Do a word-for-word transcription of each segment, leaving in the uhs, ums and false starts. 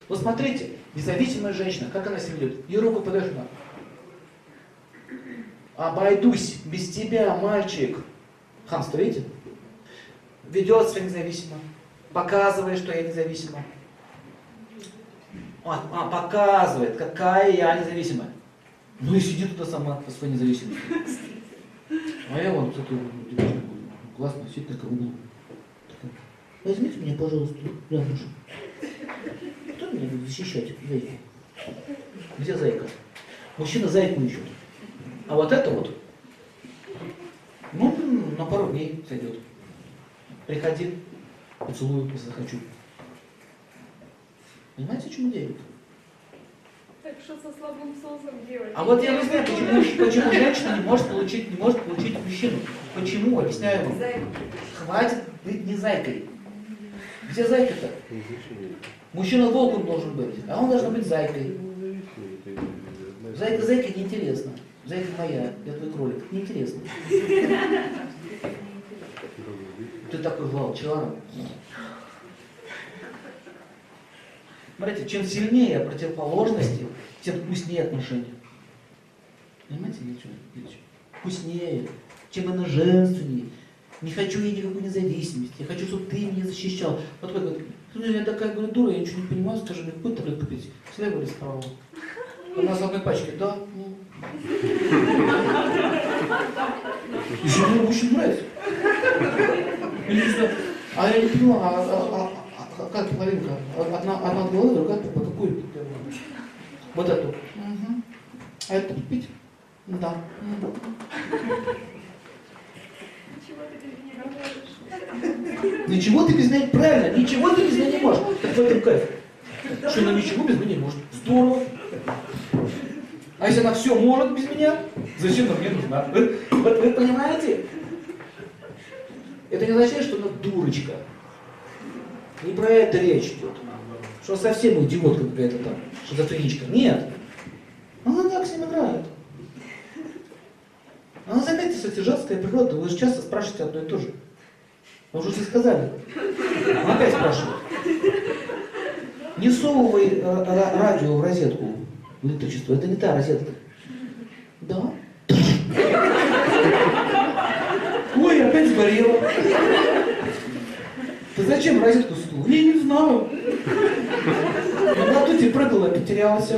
Вот смотрите, независимая женщина, как она себя ведет? Ей руку подаешь, на. Обойдусь без тебя, мальчик. Хамство, видите? Ведет себя независимо. Показывает, что я независима. А, а, показывает, какая я независимая. Ну и сидит туда сама по своей независимости. А я вон, кстати, классно, сидит на кругу. Возьмите меня, пожалуйста, рядышком. Кто меня будет защищать, зайку? Где зайка? Мужчина зайку ищет. А вот это вот, ну, на пару дней сойдет. Приходи, поцелую, если захочу. Понимаете, о чем дело? Так что со слабым соусом делать? А вот я не знаю, почему, почему женщина не может получить, не может получить мужчину. Почему? Объясняю вам. Хватит быть не зайкой. Где зайка-то? Мужчина волком должен быть, а он должен быть зайкой. Зайка зайка неинтересно. Зайка моя, я твой кролик. Неинтересно. Ты такой волчар. Смотрите, чем сильнее противоположности, тем вкуснее отношения. Понимаете, Ильич? Вкуснее. Чем она женственнее. Не хочу я никакой независимости. Я хочу, чтобы ты меня защищал. Вот такой говорит, слушай, я такая говорю, дура, я ничего не понимаю, скажи мне, какой таблетку пить? Слева или справа? У нас в одной пачке, да? Еще мне очень нравится. А я не поняла, а, а, а, а как половинка? Одна, одна от головы, другая по какую? Вот эту. Угу. А это пить? Да. Ничего ты без меня, правильно, ничего ты без меня не можешь. Так в этом кайф. Что она ничего без меня не может. Здорово. А если она все может без меня, зачем она мне нужна? Вы, вот вы понимаете? Это не означает, что она дурочка. Не про это речь идет. Что совсем идиотка какая-то там, шизофреничка. Нет. Она так с ним играет. Она, заметьте, кстати, женская природа. Вы же часто спрашиваете одно и то же. Вы уже все сказали. Она опять спрашивает. Не совывай радио в розетку, в электричество. Это не та розетка. Да. Ой, опять сгорела. Ты зачем розетку сунул? Я не знаю. Я на туте прыгала, потерялась.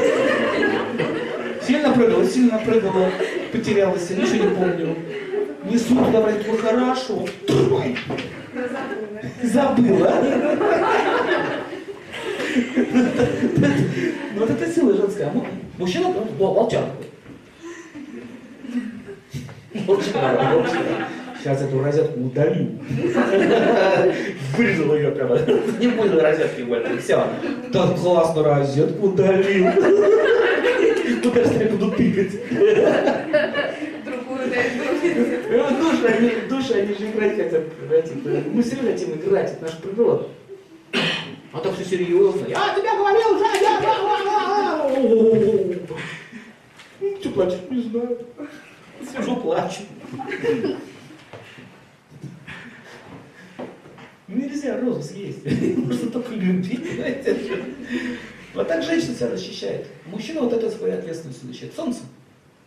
Сильно прыгала, сильно прыгала, потерялась, ничего не помню. Несу туда в розетку, хорошо. Забыла. Вот это сила женская. Мужчина прям волчар. Сейчас эту розетку удалю. Вырезал ее прямо. Не будет розетки больше. Все. Так классно розетку удалил. Куда же я буду тыкать? Другую, да, души, они, души, они же играть хотят. Мы все равно хотим играть, это наша природа. А так все серьезно. Я тебе говорил, да, я, да, Что плачешь? Не знаю. Сижу, плачу. Нельзя розу съесть. Можно только любить. Вот так женщина себя защищает. Мужчина вот это своей ответственностью защищает. Солнце.